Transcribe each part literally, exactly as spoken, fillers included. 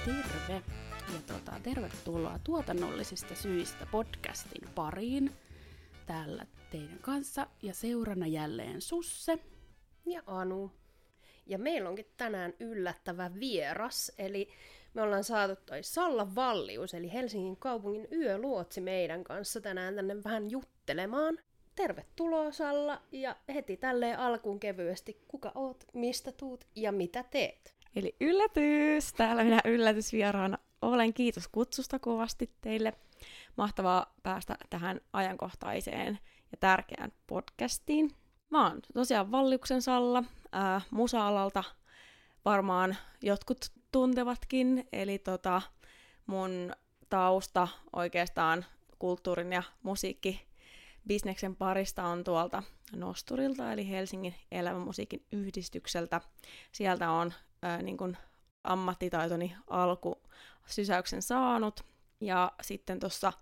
terve! Ja tota, tervetuloa Tuotannollisista syistä podcastin pariin. Täällä teidän kanssa ja seurana jälleen Susse ja Anu. Ja meillä onkin tänään yllättävä vieras, eli me ollaan saatu toi Salla Vallius, eli Helsingin kaupungin yöluotsi meidän kanssa tänään tänne vähän juttelemaan. Tervetuloa Salla, ja heti tälleen alkuun kevyesti, kuka oot, mistä tuut ja mitä teet? Eli yllätys! Täällä minä yllätysvieraana olen. Kiitos kutsusta kovasti teille. Mahtavaa päästä tähän ajankohtaiseen ja tärkeään podcastiin. Mä oon tosiaan Valliuksen Salla, ää, musa-alalta varmaan jotkut tuntevatkin. Eli tota, mun tausta oikeastaan kulttuurin ja musiikkibisneksen parista on tuolta Nosturilta, eli Helsingin elämänmusiikin yhdistykseltä. Sieltä on ää, niin kun ammattitaitoni alkusysäyksen saanut. Ja sitten tuossa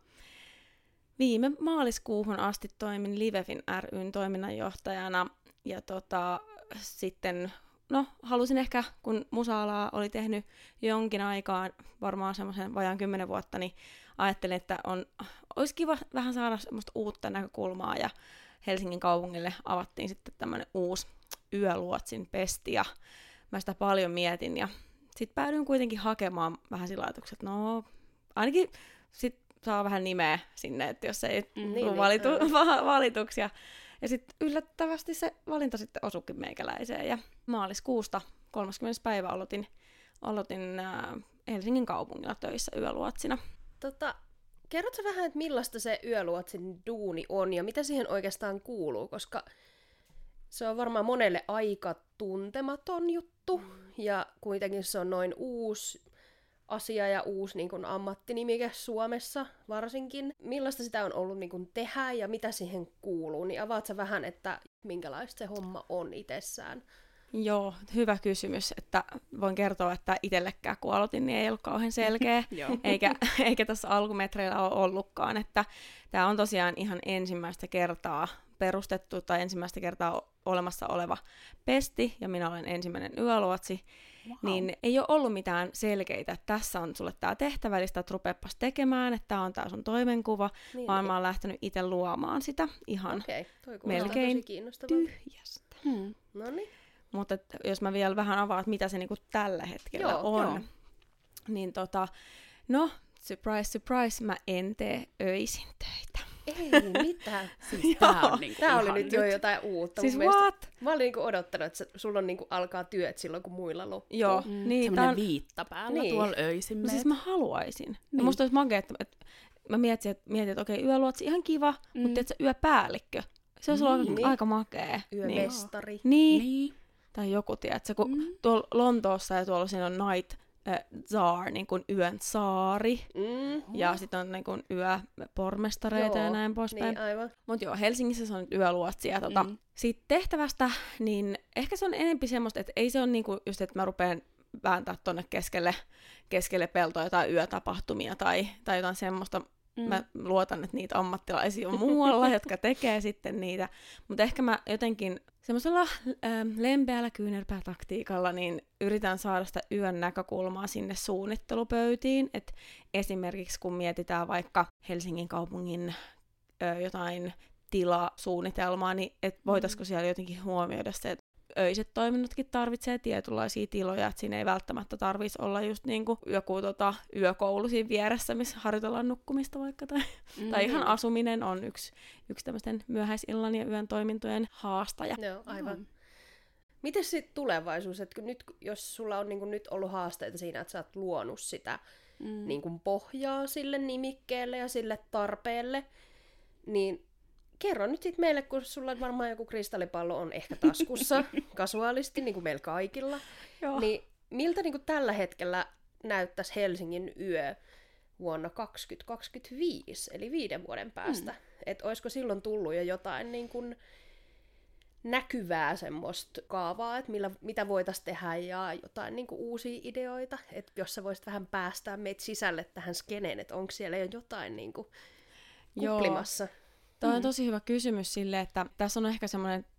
viime maaliskuuhun asti toimin Livefin ry:n toiminnanjohtajana. Ja tota, sitten, no halusin ehkä, kun musa-alaa oli tehnyt jonkin aikaa, varmaan semmoisen vajaan kymmenen vuotta, niin ajattelin, että on, olisi kiva vähän saada semmoista uutta näkökulmaa. Ja Helsingin kaupungille avattiin sitten tämmöinen uusi yöluotsin pesti. Ja mä sitä paljon mietin ja sitten päädyin kuitenkin hakemaan vähän sillä ajatukset, että no ainakin sit saa vähän nimeä sinne, että jos ei mm, niin, valitu, niin, valituksi. Ja, ja sitten yllättävästi se valinta sitten osuikin meikäläiseen. Ja maaliskuusta kolmaskymmenes päivä aloitin, aloitin äh, Helsingin kaupungilla töissä yöluotsina. Tota, kerrotko vähän, että millaista se yöluotsin duuni on ja mitä siihen oikeastaan kuuluu, koska se on varmaan monelle aika tuntematon juttu, ja kuitenkin se on noin uusi asia ja uusi niin kuin ammattinimike Suomessa varsinkin. Millaista sitä on ollut niin kuin tehdä ja mitä siihen kuuluu, niin avaat sä vähän, että minkälaista se homma on itsessään? Joo, hyvä kysymys, että voin kertoa, että itsellekään kun aloitin, niin ei ollut kauhean selkeä, eikä, eikä tässä alkumetreillä ole ollutkaan, että tämä on tosiaan ihan ensimmäistä kertaa perustettu tai ensimmäistä kertaa olemassa oleva pesti, ja minä olen ensimmäinen yöluotsi, wow. Niin ei ole ollut mitään selkeitä, että tässä on sulle tämä tehtävä, eli sitä rupeapas tekemään, että tämä on tämä sun toimenkuva, niin, vaan niin. Mä oon lähtenyt itse luomaan sitä ihan okay. melkein tyhjästä. Hmm. Noniin. Mutta jos mä vielä vähän avaan, että mitä se niinku tällä hetkellä joo, on, joo. Niin tota, no, surprise, surprise, mä en tee öisin töitä. Ei mitään. Siis tää, on niinku tää oli nyt jo jotain uutta. Siis what? Mä olin niinku odottanut, että sulla on niinku alkaa työt silloin, kun muilla loppuu. Joo. Mm. Niin, semmoinen on viitta päällä niin. Tuolla öisin. No siis mä haluaisin. Niin. Ja musta olisi makea, että, että mä mietin, että, mietin, että okei, yöluotsi ihan kiva, mm. mutta tiedätkö, yöpäällikkö. Se olisi ollut niin. aika makea. Yömestari. Niin. niin. Tai joku, tiedätkö, kun mm. tuolla Lontoossa ja tuolla siinä on night äh, tsar, niin kuin yön saari. Mm. Ja sitten on niin kuin yöpormestareita joo, ja näin poispäin. Niin, aivan. Mutta joo, Helsingissä se on nyt yöluotsi. Ja tota, mm. siitä tehtävästä, niin ehkä se on enemmän semmoista, että ei se ole niin kuin just, että mä rupean vääntää tonne keskelle, keskelle peltoa jotain yötapahtumia tai, tai jotain semmoista. Mm. Mä luotan, että niitä ammattilaisia on muualla, jotka tekee sitten niitä. Mutta ehkä mä jotenkin semmoisella äh, lempeällä kyynärpäätaktiikalla niin yritän saada sitä yön näkökulmaa sinne suunnittelupöytiin. Et esimerkiksi kun mietitään vaikka Helsingin kaupungin ö, jotain tilasuunnitelmaa, niin et voitaisiko siellä jotenkin huomioida se, että öiset toiminnotkin tarvitsee tietynlaisia tiloja, että siinä ei välttämättä tarvitsisi olla just niinku joku tota, yökoulu siinä vieressä, missä harjoitellaan nukkumista vaikka, tai, mm-hmm. tai ihan asuminen on yksi, yksi tämmöisten myöhäisillan ja yön toimintojen haastaja. Joo, aivan. Mm. Miten sitten tulevaisuus, että nyt, jos sulla on niinku nyt ollut haasteita siinä, että sä oot luonut sitä mm. niinku pohjaa sille nimikkeelle ja sille tarpeelle, niin kerro nyt sit meille, kun sulla varmaan joku kristallipallo on ehkä taskussa, kasuaalisti, niin kuin meillä kaikilla. Joo. Niin miltä niin kuin tällä hetkellä näyttäisi Helsingin yö vuonna kaksituhattakaksikymmentäviisi, eli viiden vuoden päästä? Mm. Että olisiko silloin tullut jo jotain niin kuin näkyvää semmoista kaavaa, että millä, mitä voitaisiin tehdä ja jotain niin kuin uusia ideoita, että jos sä voisit vähän päästää meitä sisälle tähän skeneen, että onko siellä jo jotain niin kuin kuplimassa? Joo. Tämä on tosi hyvä kysymys sille, että tässä on ehkä semmoinen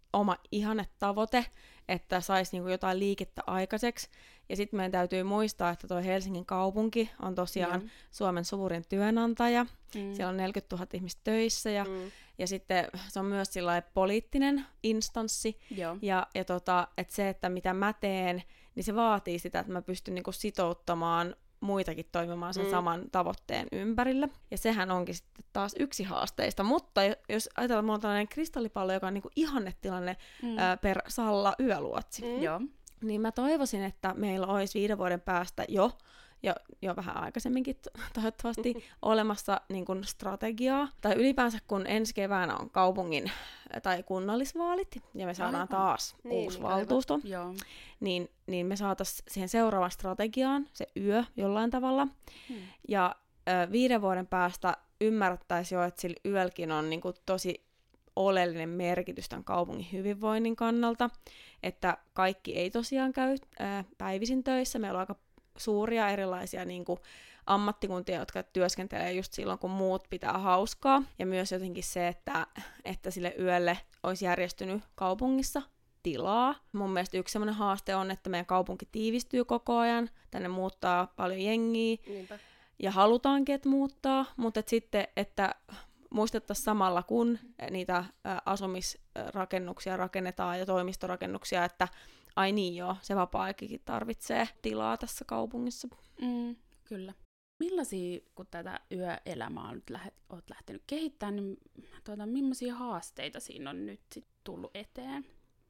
oma ihannetavoite, että saisi niinku jotain liikettä aikaiseksi. Ja sitten meidän täytyy muistaa, että tuo Helsingin kaupunki on tosiaan mm. Suomen suurin työnantaja. Mm. Siellä on neljäkymmentätuhatta ihmistä töissä ja, mm. ja sitten se on myös poliittinen instanssi. Joo. Ja, ja tota, että se, että mitä mä teen, niin se vaatii sitä, että mä pystyn niinku sitouttamaan muitakin toimimaan sen mm. saman tavoitteen ympärillä. Ja sehän onkin sitten taas yksi haasteista. Mutta jos ajatellaan, että mulla on tällainen kristallipallo, joka on niinku ihannetilanne mm. ää, per Salla Yöluotsi. Mm. Joo. Niin mä toivoisin, että meillä olisi viiden vuoden päästä jo, jo, jo vähän aikaisemminkin toivottavasti, olemassa niin kuin strategiaa. Tai ylipäänsä kun ensi keväänä on kaupungin tai kunnallisvaalit, ja me saadaan aivan. taas niin, uusi valtuusto, niin, niin me saataisiin siihen seuraavaan strategiaan se yö jollain tavalla. Hmm. Ja ö, viiden vuoden päästä ymmärrettäisiin jo, että sillä yölläkin on niin kuin tosi oleellinen merkitys tämän kaupungin hyvinvoinnin kannalta, että kaikki ei tosiaan käy ää, päivisin töissä. Meillä on aika suuria erilaisia niin kuin ammattikuntia, jotka työskentelee just silloin, kun muut pitää hauskaa. Ja myös jotenkin se, että, että sille yölle olisi järjestynyt kaupungissa tilaa. Mun mielestä yksi sellainen haaste on, että meidän kaupunki tiivistyy koko ajan. Tänne muuttaa paljon jengiä. Niinpä. Ja halutaankin, että muuttaa, mutta et sitten, että muistettaisiin samalla, kun niitä asumisrakennuksia rakennetaan ja toimistorakennuksia, että ai niin joo, se vapaa-aikakin tarvitsee tilaa tässä kaupungissa. Mm, kyllä. Millaisia, kun tätä yöelämää nyt lähe, olet lähtenyt kehittämään, niin tuota, millaisia haasteita siinä on nyt sit tullut eteen?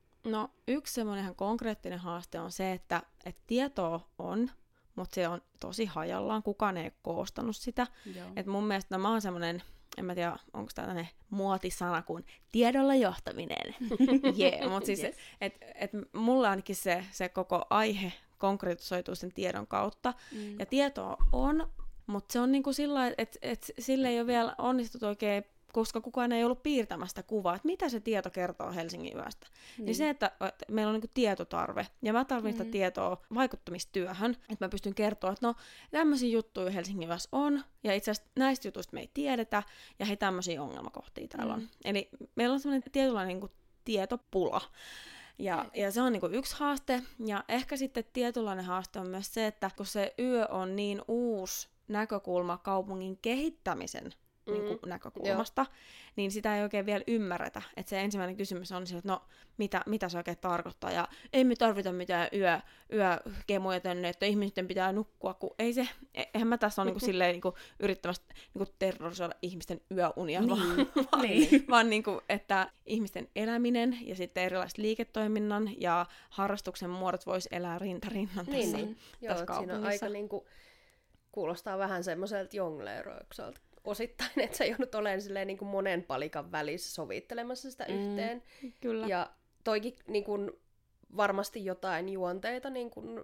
No yksi semmoinen ihan konkreettinen haaste on se, että, että tietoa on, mutta se on tosi hajallaan, kukaan ei ole koostanut sitä. Et mun mielestä no, mä oon semmoinen, en mä tiedä, onko tämä tämmöinen muotisana kuin tiedolla johtaminen. yeah, mutta siis, yes. että et mulla ainakin se, se koko aihe konkretisoituu sen tiedon kautta. Mm. Ja tietoa on, mutta se on niinku sillä, että et sille ei ole vielä onnistuttu oikein, koska kukaan ei ollut piirtämästä kuvaa, että mitä se tieto kertoo Helsingin yöstä. Niin, niin se, että, että meillä on niinku tietotarve, ja mä tarvitsen mm. sitä tietoa vaikuttamistyöhön, että mä pystyn kertoa, että no tämmöisiä juttuja Helsingin yössä on, ja itse asiassa näistä jutuista me ei tiedetä, ja hei tämmöisiä ongelmakohtia täällä mm. on. Eli meillä on semmoinen tietynlainen niinku tietopula. Ja, ja se on niinku yksi haaste, ja ehkä sitten tietynlainen haaste on myös se, että kun se yö on niin uusi näkökulma kaupungin kehittämisen mm. niin kuin näkökulmasta, Joo. niin sitä ei oikein vielä ymmärretä. Että se ensimmäinen kysymys on se, että no, mitä, mitä se oikein tarkoittaa, ja ei me tarvita mitään yö, yökemuja tänne, että ihmisten pitää nukkua, kun ei se, eihän mä tässä ole niinku silleen niinku yrittämässä niinku terrorisoida ihmisten yöunia, niin. vaan, vaan, niin. vaan niinku, että ihmisten eläminen ja sitten erilaiset liiketoiminnan ja harrastuksen muodot vois elää rinta rinnan tässä, niin, niin. tässä Joo, kaupungissa. Siinä on aika niinku, kuulostaa vähän semmoiselta jongleroikselta osittain, että sä joudut olemaan silleen niin kuin monen palikan välissä sovittelemassa sitä mm, yhteen. Kyllä. Ja toikin niin kuin, varmasti jotain juonteita niin kuin,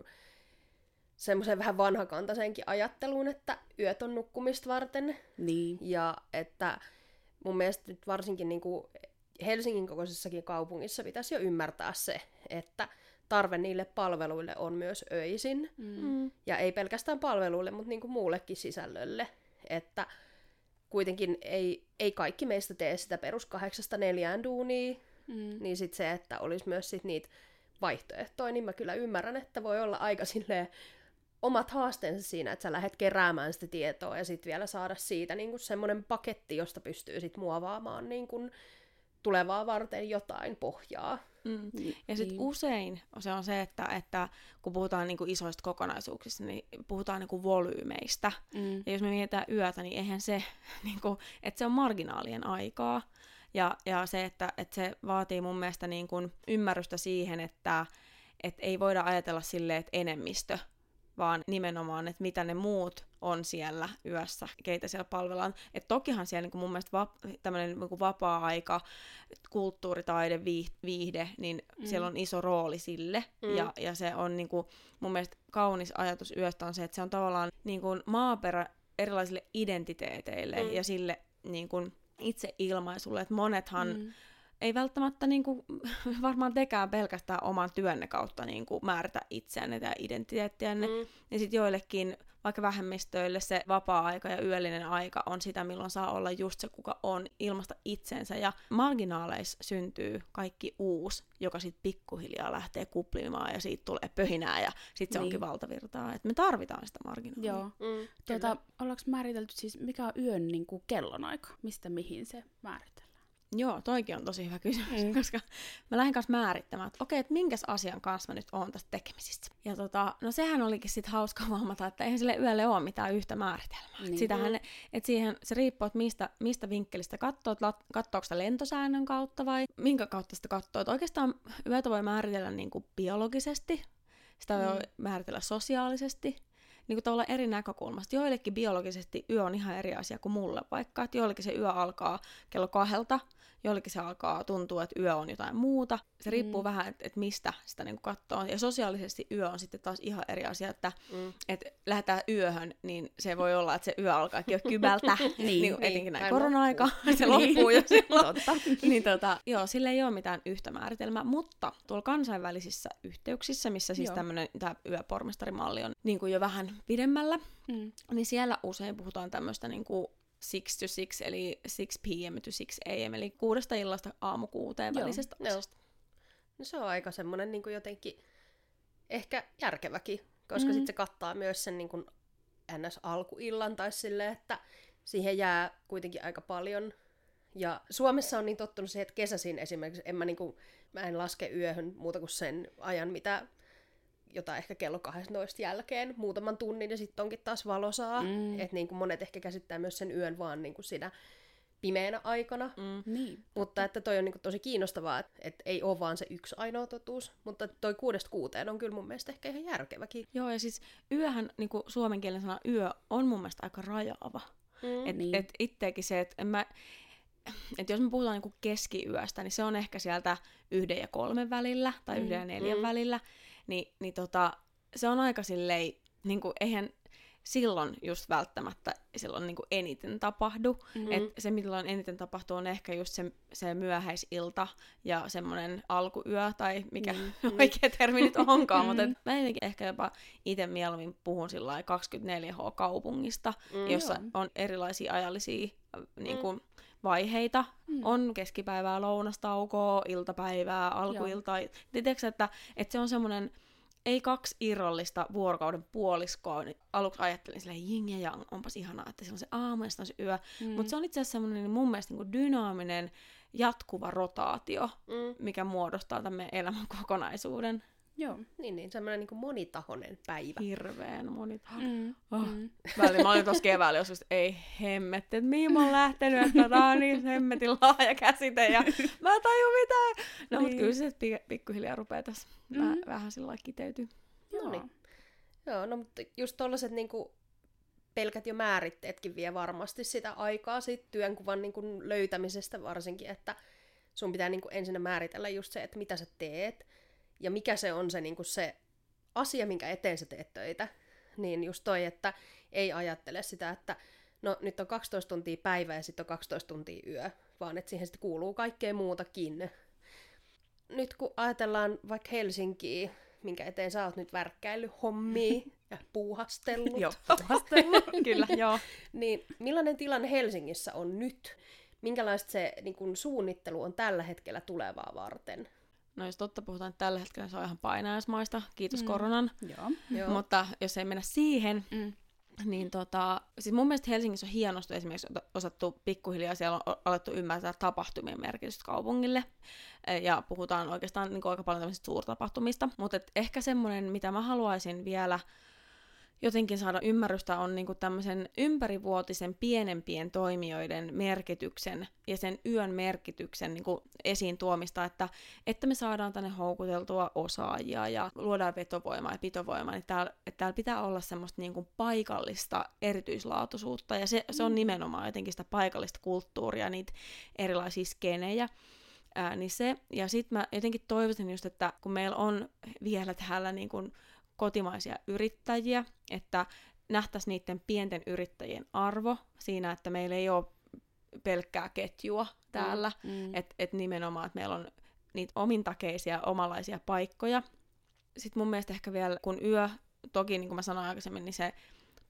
semmoisen vähän vanhakantaisenkin ajatteluun, että yöt on nukkumista varten. Niin. Ja että mun mielestä nyt varsinkin niin kuin Helsingin kokoisessakin kaupungissa pitäisi jo ymmärtää se, että tarve niille palveluille on myös öisin. Mm. Ja ei pelkästään palveluille, mutta niin kuin muullekin sisällölle. Että kuitenkin ei, ei kaikki meistä tee sitä perus kahdeksasta neljään duunia, mm. niin sit se, että olisi myös sit niitä vaihtoehtoja, niin mä kyllä ymmärrän, että voi olla aika silleen omat haasteensa siinä, että sä lähdet keräämään sitä tietoa ja sitten vielä saada siitä niin semmoinen paketti, josta pystyy sitten muovaamaan niin kun tulevaa varten jotain pohjaa. Mm. Ja sitten usein se on se, että, että kun puhutaan niinku isoista kokonaisuuksista, niin puhutaan niinku volyymeistä. Mm. Ja jos me mietitään yötä, niin eihän se, niinku, että se on marginaalien aikaa. Ja, ja se, että, että se vaatii mun mielestä niinku ymmärrystä siihen, että et ei voida ajatella silleen, että enemmistö, vaan nimenomaan, että mitä ne muut on siellä yössä, keitä siellä palvellaan. Et tokihan siellä niin mun mielestä vap- tämmöinen niin vapaa-aika, kulttuuritaide, viihde, niin mm. siellä on iso rooli sille. Mm. Ja, ja se on niin kuin, mun mielestä kaunis ajatus yöstä on se, että se on tavallaan niin kuin maaperä erilaisille identiteeteille mm. ja sille niin kuin itseilmaisulle. Että monethan mm. ei välttämättä niin kuin, varmaan tekään pelkästään oman työnne kautta niin kuin määritä itseänne ja identiteettiänne. Mm. Ja sitten joillekin vaikka vähemmistöille se vapaa-aika ja yöllinen aika on sitä, milloin saa olla just se, kuka on, ilmasta itsensä. Ja marginaaleissa syntyy kaikki uusi, joka sitten pikkuhiljaa lähtee kuplimaan ja siitä tulee pöhinää ja sitten se niin. onkin valtavirtaa. Et me tarvitaan sitä marginaalia. Joo. Mm, tuota, ollaanko määritelty siis, mikä on yön niin kuin kellonaika? Mistä mihin se määritellään? Joo, toikin on tosi hyvä kysymys, mm. koska mä lähdin kanssa määrittämään, että okei, että minkäs asian kanssa mä nyt oon tästä tekemisistä. Ja tota, no sehän olikin sitten hauska huomata, että eihän sille yölle ole mitään yhtä määritelmää. Niin. Sitähän, että siihen se riippuu, että mistä, mistä vinkkelistä katsoo, että katsoako sitä lentosäännön kautta vai minkä kautta sitä katsoo. Että oikeastaan yötä voi määritellä niin kuin biologisesti, sitä voi mm. määritellä sosiaalisesti, niin kuin tavallaan eri näkökulmasta. Joillekin biologisesti yö on ihan eri asia kuin mulle vaikka, että joillekin se yö alkaa kello kahdelta, joillekin se alkaa tuntua, että yö on jotain muuta. Se riippuu mm. vähän, että et mistä sitä niinku katsoo. Ja sosiaalisesti yö on sitten taas ihan eri asia, että mm. et lähdetään yöhön, niin se voi olla, että se yö alkaakin jo kybältä, niin, niin, etenkin näin korona-aika, se loppuu jo silloin. niin tota, joo, sillä ei ole mitään yhtä määritelmää, mutta tuolla kansainvälisissä yhteyksissä, missä siis tämmöinen tämä yöpormestarimalli on niin kuin jo vähän pidemmällä, mm. niin siellä usein puhutaan tämmöistä niin kuin six to six, eli six p.m. to six a.m., eli kuudesta illasta aamu kuuteen välisestä ajasta. No se on aika semmoinen niin kuin jotenkin ehkä järkeväkin, koska mm. sitten se kattaa myös sen niin kuin ns. Alkuillan tai silleen, että siihen jää kuitenkin aika paljon. Ja Suomessa on niin tottunut siihen, että kesäisin esimerkiksi en mä, niin kuin, mä en laske yöhön muuta kuin sen ajan, mitä jota ehkä kello kaksitoista jälkeen, muutaman tunnin, ja sitten onkin taas valosaa. Mm. Että niin kuin monet ehkä käsittää myös sen yön vaan niin kuin siinä pimeänä aikana. Mm. Niin. Mutta että toi on niin kuin tosi kiinnostavaa, että, että ei ole vaan se yksi ainoa totuus. Mutta toi kuudesta kuuteen on kyllä mun mielestä ehkä ihan järkeväkin. Joo, ja siis yöhän, niin kuin suomen kielen sana yö, on mun mielestä aika rajaava. Mm. Että niin. et itseäkin se, että mä... Et jos me puhutaan niinku keskiyöstä, niin se on ehkä sieltä yhden ja kolmen välillä, tai mm. yhden ja neljän mm. välillä. Ni, niin tota, se on aika silleen, niinku, eihän silloin just välttämättä silloin niinku eniten tapahdu. Mm-hmm. Et se, milloin eniten tapahtuu, on ehkä just se, se myöhäisilta ja semmoinen alkuyö, tai mikä mm-hmm. oikea termi nyt onkaan. Mutta mä jotenkin ehkä jopa itse mieluummin puhun sillä kaksikymmentäneljä H-kaupungista, mm, jossa joo. on erilaisia ajallisia niinku, mm. vaiheita. Mm. On keskipäivää, lounastaukoa, iltapäivää, alkuiltaa. Tiedätkö, että, että se on semmoinen, ei kaksi irrallista vuorokauden puoliskoa. Niin aluksi ajattelin silleen jing ja jang, onpas ihanaa, että se on se aamu ja on se yö. Mm. Mutta se on itse asiassa semmoinen mun mielestä niin kuin dynaaminen, jatkuva rotaatio, mm. mikä muodostaa tämän meidän elämän kokonaisuuden. Joo, niin, niin semmoinen niin kuin monitahoinen päivä. Hirveän monitahoinen. Mm. Oh. Mm. Välillä mä olin tuossa keväällä joskus, että ei hemmetti, että mihin mä oon lähtenyt, että tää on niin hemmetin laaja käsite ja mä en taju mitään. No niin. Mut kyllä se pikkuhiljaa rupeaa tässä mm. vähän, vähän sillä lailla kiteytyy. No niin. Joo, no mutta just tollaset niinku pelkät jo määritteetkin vie varmasti sitä aikaa siitä työnkuvan niinku löytämisestä varsinkin, että sun pitää niinku ensin määritellä just se, että mitä sä teet. Ja mikä se on se, niin kuin se asia, minkä eteen sä teet töitä, niin just toi, että ei ajattele sitä, että no nyt on kaksitoista tuntia päivä ja sitten on kaksitoista tuntia yö, vaan että siihen sitten kuuluu kaikkea muutakin. Nyt kun ajatellaan vaikka Helsinkiä, minkä eteen sä oot nyt värkkäillyt hommia ja puuhastellut. Joo, puuhastellut, kyllä, joo. Niin millainen tilanne Helsingissä on nyt? Minkälaista se niin kun suunnittelu on tällä hetkellä tulevaa varten? No jos totta puhutaan, että tällä hetkellä se on ihan painajaismaista, kiitos mm. koronan. Joo, joo. Mutta jos ei mennä siihen, mm. niin tota, siis mun mielestä Helsingissä on hienosti esimerkiksi osattu pikkuhiljaa, siellä on alettu ymmärtää tapahtumien merkitystä kaupungille. Ja puhutaan oikeastaan niin kuin aika paljon tämmöisistä suurtapahtumista. Mutta ehkä semmoinen, mitä mä haluaisin vielä jotenkin saada ymmärrystä, on niinku tämmöisen ympärivuotisen pienempien toimijoiden merkityksen ja sen yön merkityksen niinku esiin tuomista, että, että me saadaan tänne houkuteltua osaajia ja luodaan vetovoimaa ja pitovoimaa, niin täällä, että täällä pitää olla semmoista niinku paikallista erityislaatuisuutta, ja se, se on nimenomaan jotenkin sitä paikallista kulttuuria, niitä erilaisia skenejä. Ää, niin se, ja sitten mä jotenkin toivoisin just, että kun meillä on vielä täällä niin kuin kotimaisia yrittäjiä, että nähtäisiin niiden pienten yrittäjien arvo siinä, että meillä ei ole pelkkää ketjua täällä, mm, mm. että et nimenomaan, että meillä on niitä omintakeisia, omanlaisia paikkoja. Sitten mun mielestä ehkä vielä, kun yö, toki niin kuin mä sanoin aikaisemmin, niin se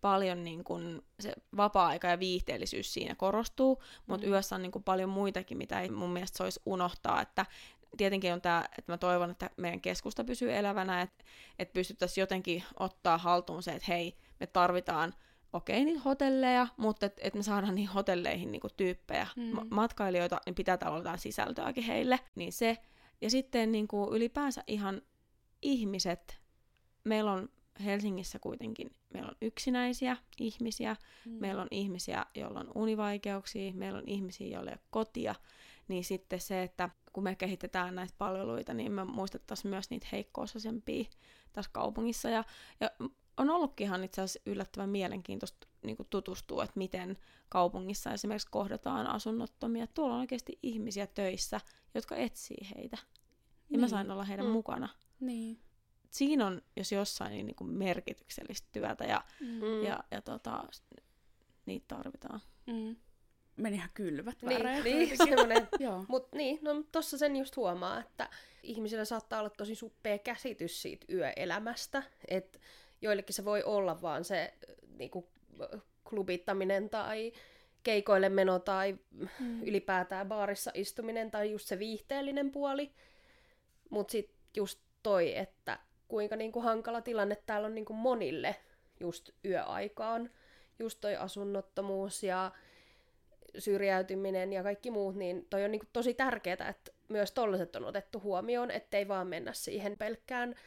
paljon niin kun se vapaa-aika ja viihteellisyys siinä korostuu, mutta mm. yössä on niin kun paljon muitakin, mitä ei mun mielestä soisi unohtaa, että tietenkin on tämä, että mä toivon, että meidän keskusta pysyy elävänä, että, että pystyttäisiin jotenkin ottaa haltuun se, että hei, me tarvitaan okei okay, niitä hotelleja, mutta että et me saadaan niihin hotelleihin niinku tyyppejä, mm. ma- matkailijoita, niin pitää olla jotain sisältöäkin heille, niin se. Ja sitten niinku ylipäänsä ihan ihmiset, meillä on Helsingissä kuitenkin, meillä on yksinäisiä ihmisiä, mm. meillä on ihmisiä, joilla on univaikeuksia, meillä on ihmisiä, joilla ei ole kotia, niin sitten se, että kun me kehitetään näitä palveluita, niin me muistettaisiin myös niitä heikko-osaisempia tässä kaupungissa. Ja, ja on ollutkin ihan itse asiassa yllättävän mielenkiintoista niin kuin tutustua, että miten kaupungissa esimerkiksi kohdataan asunnottomia. Tuolla on oikeasti ihmisiä töissä, jotka etsii heitä. Ja niin. Mä sain olla heidän mm. mukana. Niin. Siinä on, jos jossain, niin, niin kuin merkityksellistä työtä ja, Mm. ja, ja tota, niitä tarvitaan. Mm. Meni ihan kylvät Niin, väreet. niin, semmoinen. Joo. Mut niin, no tossa sen just huomaa, että ihmisillä saattaa olla tosi suppea käsitys siitä yöelämästä, että joillekin se voi olla vaan se niinku, klubittaminen tai keikoille meno tai mm. ylipäätään baarissa istuminen tai just se viihteellinen puoli. Mut sit just toi, että kuinka niinku hankala tilanne täällä on niinku monille just yöaikaan. Just toi asunnottomuus ja syrjäytyminen ja kaikki muut, niin toi on niinku tosi tärkeää, että myös tollaset on otettu huomioon, ettei vaan mennä siihen pelkkään,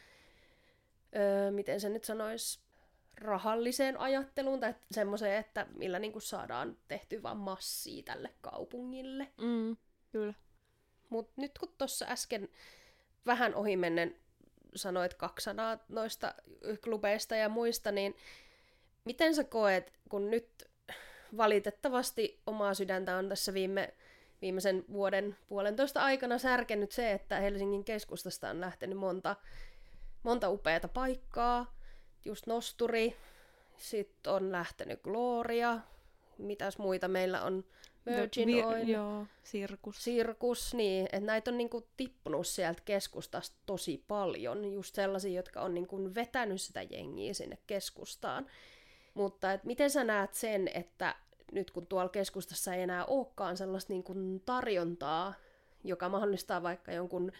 öö, miten se nyt sanoisi, rahalliseen ajatteluun tai semmoiseen, että millä niinku saadaan tehty vaan massia tälle kaupungille. Mm, kyllä. Mut nyt kun tuossa äsken vähän ohimennen sanoit kaksi sanaa noista klubeista ja muista, niin miten sä koet, kun nyt valitettavasti omaa sydäntä on tässä viime, viimeisen vuoden puolentoista aikana särkenyt se, että Helsingin keskustasta on lähtenyt monta, monta upeata paikkaa. Just Nosturi, sitten on lähtenyt Gloria, mitäs muita meillä on, Virgin Vi- Oil, joo, Sirkus. Sirkus, niin, että näitä on niinku tippunut sieltä keskustasta tosi paljon, just sellaisia, jotka on niinku vetänyt sitä jengiä sinne keskustaan. Mutta et miten sä näet sen, että nyt kun tuolla keskustassa ei enää olekaan sellaista niin kuin tarjontaa, joka mahdollistaa vaikka jonkun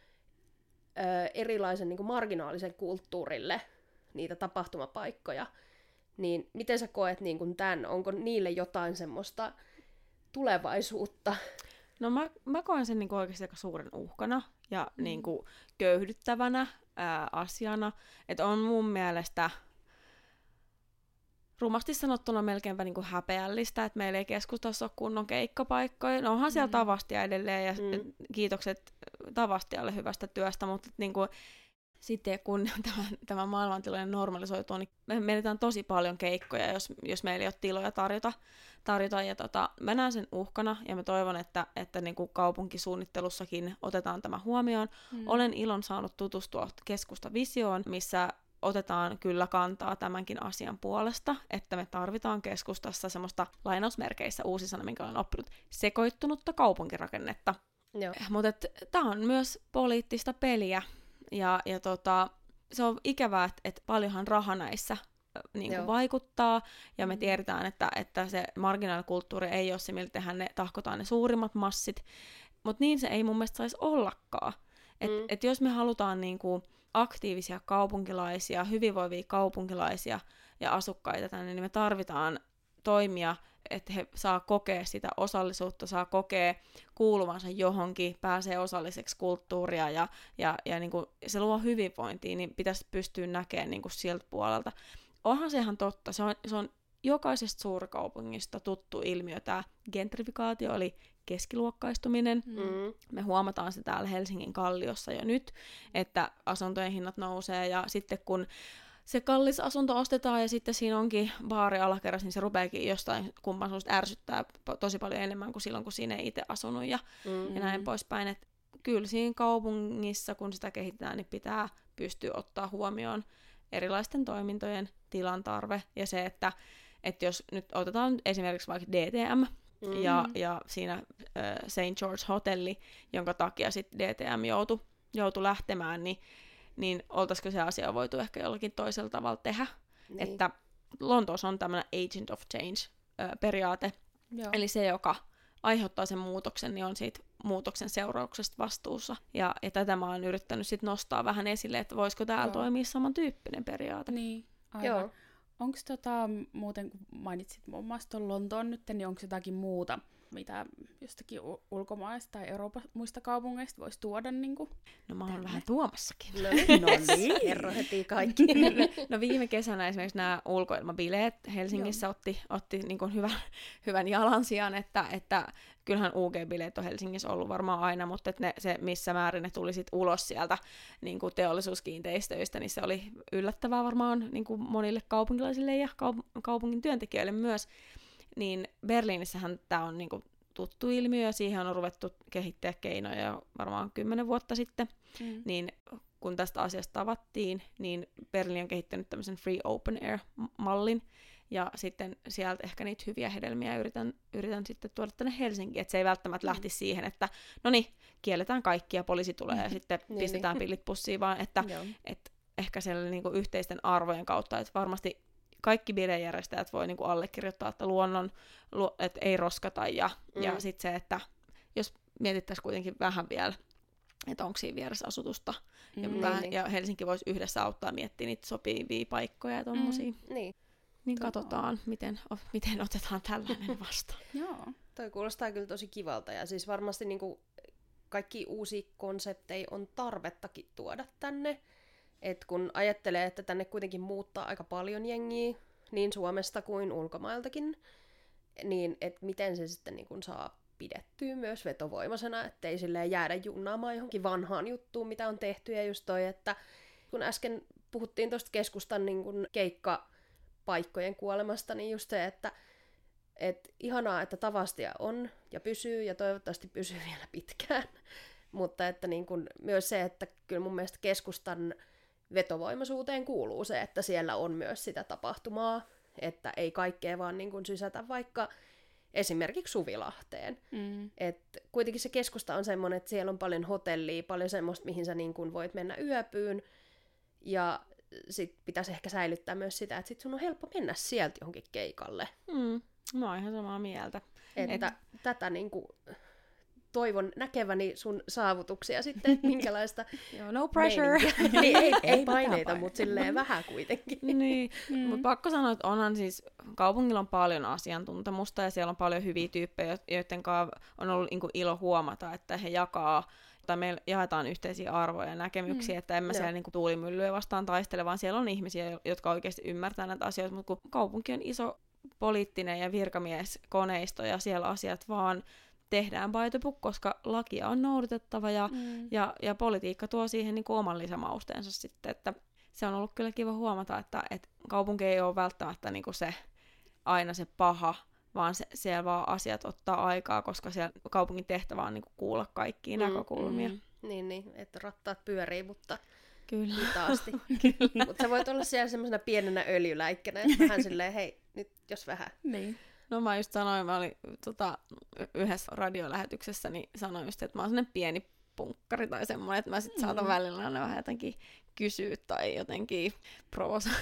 ö, erilaisen niin kuin marginaalisen kulttuurille niitä tapahtumapaikkoja, niin miten sä koet niin kuin tämän? Onko niille jotain semmoista tulevaisuutta? No mä, mä koen sen niin kuin oikeasti aika suuren uhkana ja Mm. niin kuin köyhdyttävänä ää, asiana, että on mun mielestä rumasti sanottuna melkeinpä niin kuin häpeällistä, että meillä ei keskustassa ole kunnon keikkapaikkoja. No onhan siellä mm. Tavastia edelleen ja mm. kiitokset Tavastialle hyvästä työstä, mutta niin kuin, sitten kun tämä, tämä maailmantilanne normalisoituu, niin me menetään tosi paljon keikkoja, jos, jos meillä ei ole tiloja tarjota. tarjota ja tota, mä näen sen uhkana ja mä toivon, että, että niin kuin kaupunkisuunnittelussakin otetaan tämä huomioon. Mm. Olen ilon saanut tutustua keskustavisioon, missä otetaan kyllä kantaa tämänkin asian puolesta, että me tarvitaan keskustassa semmoista lainausmerkeissä uusi sana, minkä olen oppinut, sekoittunutta kaupunkirakennetta. Mutta tämä on myös poliittista peliä ja, ja tota, se on ikävää, että et paljonhan raha näissä niin kuin vaikuttaa ja me mm. tiedetään, että, että se marginaalikulttuuri ei ole se, millä tehdään ne, tahkotaan ne suurimmat massit, mutta niin se ei mun mielestä saisi ollakaan. Että mm. et jos me halutaan niin kuin aktiivisia kaupunkilaisia, hyvinvoivia kaupunkilaisia ja asukkaita tänne, niin me tarvitaan toimia, että he saa kokea sitä osallisuutta, saa kokea kuuluvansa johonkin, pääsee osalliseksi kulttuuria ja, ja, ja niin kuin se luo hyvinvointia, niin pitäisi pystyä näkemään niin kuin sieltä puolelta. Onhan se ihan totta, se on, se on jokaisesta suurkaupungista tuttu ilmiö, tämä gentrifikaatio, eli keskiluokkaistuminen. Mm. Me huomataan se täällä Helsingin Kalliossa jo nyt, että asuntojen hinnat nousee, ja sitten kun se kallis asunto ostetaan, ja sitten siinä onkin baari alakerras, niin se rupeakin jostain kumman suusta ärsyttää tosi paljon enemmän kuin silloin, kun siinä ei itse asunut, ja, mm-hmm. ja näin poispäin. Et kyllä siinä kaupungissa, kun sitä kehitetään, niin pitää pystyä ottaa huomioon erilaisten toimintojen tilan tarve, ja se, että, että jos nyt otetaan esimerkiksi vaikka D T M, Mm-hmm. Ja, ja siinä äh, Saint George Hotelli, jonka takia sitten D T M joutui joutu lähtemään, niin, niin oltaisiko se asia voitu ehkä jollakin toisella tavalla tehdä. Niin. Että Lontoossa on tämmöinen agent of change-periaate, Joo. eli se, joka aiheuttaa sen muutoksen, niin on siitä muutoksen seurauksesta vastuussa. Ja, ja tätä mä oon yrittänyt sit nostaa vähän esille, että voisiko täällä Joo. toimia samantyyppinen periaate. Niin, aivan. Joo. Onko tota, muuten, kun mainitsit muun muassa tuon Lontoon nyt, niin onko jotakin muuta, mitä jostakin u- ulkomaista tai Euroopan muista kaupungeista voisi tuoda? Niin kuin No mä oon vähän tuomassakin. No niin, no niin. Kerro heti kaikki. No viime kesänä esimerkiksi nämä ulkoilmabileet Helsingissä otti, otti niin kuin hyvän, hyvän jalansijan, että, että kyllähän U G-bileet on Helsingissä ollut varmaan aina, mutta että ne, se missä määrin ne tuli sit ulos sieltä niin kuin teollisuuskiinteistöistä, niin se oli yllättävää varmaan niin kuin monille kaupunkilaisille ja kaup- kaupungin työntekijöille myös. Niin Berliinissähän tämä on niin kuin tuttu ilmiö ja siihen on ruvettu kehittää keinoja jo varmaan kymmenen vuotta sitten. Mm. Niin kun tästä asiasta tavattiin, niin Berliini on kehittänyt tämmöisen free open air-mallin, ja sitten sieltä ehkä niitä hyviä hedelmiä yritän, yritän sitten tuoda tänne Helsinkiin, että se ei välttämättä mm. lähtisi siihen, että no niin, kielletään kaikki ja poliisi tulee ja sitten niin, pistetään niin. pillit pussiin, vaan että et ehkä siellä niinku yhteisten arvojen kautta, että varmasti kaikki bilejärjestäjät voi niinku allekirjoittaa, että luonnon, lu, että ei roskata, ja, mm. ja sitten se, että jos mietittäisiin kuitenkin vähän vielä, että onko siinä vieressä asutusta, mm, ja, vähän, niin. ja Helsinki voisi yhdessä auttaa miettiä niitä sopivia paikkoja ja tommosia. Mm, niin. Niin katsotaan, miten, miten otetaan tällainen vastaan. Joo. Toi kuulostaa kyllä tosi kivalta, ja siis varmasti niinku kaikki uusia konsepteja on tarvettakin tuoda tänne. Et kun ajattelee, että tänne kuitenkin muuttaa aika paljon jengiä, niin Suomesta kuin ulkomailtakin, niin et miten se sitten niin kun saa pidettyä myös vetovoimaisena, ettei silleen jäädä junnaamaan johonkin vanhaan juttuun, mitä on tehty. Ja just toi, että kun äsken puhuttiin tuosta keskustan niin kun keikkapaikkojen kuolemasta, niin just se, että et ihanaa, että Tavastia on ja pysyy ja toivottavasti pysyy vielä pitkään. Mutta että niin kun myös se, että kyllä mun mielestä keskustan vetovoimaisuuteen kuuluu se, että siellä on myös sitä tapahtumaa, että ei kaikkea vaan niin kuin sysätä vaikka esimerkiksi Suvilahteen. Mm. Et kuitenkin se keskusta on semmoinen, että siellä on paljon hotellia, paljon semmoista, mihin sä niin kuin voit mennä yöpyyn, ja sit pitäisi ehkä säilyttää myös sitä, että sit sun on helppo mennä sieltä johonkin keikalle. Mm. Mä oon ihan samaa mieltä. Että Et... tätä niin kuin toivon näkeväni sun saavutuksia sitten, että minkälaista Joo, no pressure. niin, ei, ei paineita, mutta silleen vähän kuitenkin. Niin, mm. mutta pakko sanoa, että onhan siis, kaupungilla on paljon asiantuntemusta ja siellä on paljon hyviä tyyppejä, joiden kanssa on ollut niin kuin ilo huomata, että he jakaa, tai me jaetaan yhteisiä arvoja ja näkemyksiä, mm. että en mä siellä niin kuin tuulimyllyä vastaan taistele, vaan siellä on ihmisiä, jotka oikeasti ymmärtää näitä asioita, mutta kun kaupunki on iso poliittinen ja virkamieskoneisto ja siellä asiat vaan tehdään by the book, koska lakia on noudatettava ja, mm. ja, ja politiikka tuo siihen niin kuin oman lisämausteensa sitten, että se on ollut kyllä kiva huomata, että, että kaupunki ei ole välttämättä niin kuin se, aina se paha, vaan se, siellä vaan asiat ottaa aikaa, koska siellä kaupungin tehtävä on niin kuin kuulla kaikkia mm. näkökulmia. Mm. Niin, niin, että rattaat pyörii, mutta kyllä. hitaasti. Mutta sä voit olla siellä semmoisena pienenä öljyläikkänä, että vähän silleen, hei, nyt jos vähän. Niin. No mä just sanoin, mä olin tota, yhdessä radiolähetyksessä, niin sanoin just, että mä oon sellainen pieni punkkari tai semmoinen, että mä sit saatan mm. välillä aina vähän jotenkin kysyä tai jotenkin provosoida.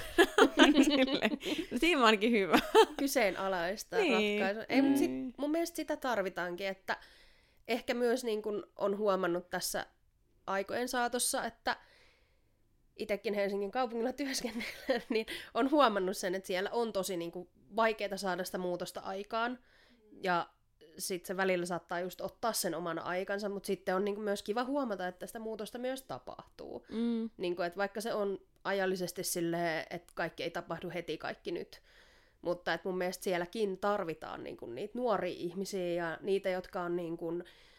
No, siinä on ainakin hyvä. Kyseenalaista niin. ratkaisu. Ei, mutta sit, mun mielestä sitä tarvitaankin, että ehkä myös niin kun on huomannut tässä aikojen saatossa, että itsekin Helsingin kaupungilla työskennellä, niin on huomannut sen, että siellä on tosi niin kuin vaikeaa saada sitä muutosta aikaan. Ja sitten se välillä saattaa just ottaa sen oman aikansa, mutta sitten on niin kuin myös kiva huomata, että sitä muutosta myös tapahtuu. Mm. Niin kuin, että vaikka se on ajallisesti silleen, että kaikki ei tapahdu heti kaikki nyt. Mutta että mun mielestä sielläkin tarvitaan niin kuin niitä nuoria ihmisiä ja niitä, jotka on niin kuin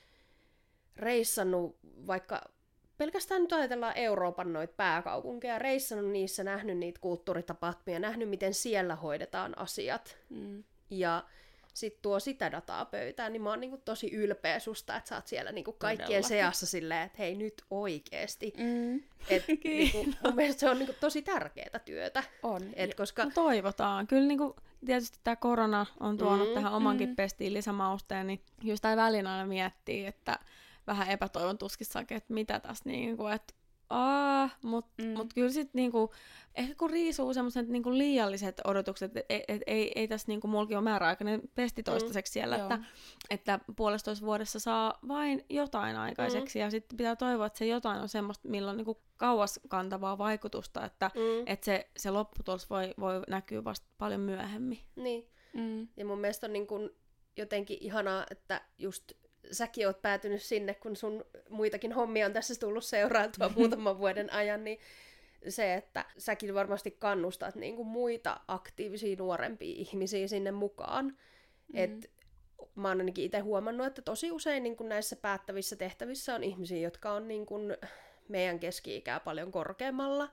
reissannut vaikka pelkästään nyt ajatellaan Euroopan noita pääkaupunkeja, reissannut niissä, nähnyt niitä kulttuuritapahtumia, nähnyt miten siellä hoidetaan asiat. Mm. Ja sitten tuo sitä dataa pöytään, niin mä oon niinku tosi ylpeä susta, että sä oot siellä niinku kaikkien Todellakin. Seassa silleen, että hei nyt oikeesti. Mm. Et, niinku, mun mielestä se on niinku tosi tärkeää työtä. On. Et, koska... no, toivotaan. Kyllä niinku, tietysti tämä korona on tuonut mm. tähän omankin mm. pestiin lisämausteen, niin just tämä välin aina miettii, että vähän epätoivon tuskissakin, että mitä tässä, niin kuin, että aa, mutta Mm. mut kyllä sit niinku, ehkä kun riisuu semmoiset niinku liialliset odotukset, että et, et, ei, ei tässä niinku mulki on määräaikainen pesti toistaiseksi siellä, Joo. että, että puolestoista vuodessa saa vain jotain aikaiseksi, Mm. ja sitten pitää toivoa, että se jotain on semmoista, millä on niinku kauas kantavaa vaikutusta, että Mm. et se, se lopputulos voi, voi näkyä vasta paljon myöhemmin. Niin. Mm. Ja mun mielestä on niin kun jotenkin ihanaa, että just säkin oot päätynyt sinne, kun sun muitakin hommia on tässä tullut seurailtua muutaman vuoden ajan, niin se, että säkin varmasti kannustat niin kuin muita aktiivisia nuorempia ihmisiä sinne mukaan. Mm. Et mä oon ainakin itse huomannut, että tosi usein niin kuin näissä päättävissä tehtävissä on ihmisiä, jotka on niin kuin meidän keski-ikää paljon korkeammalla.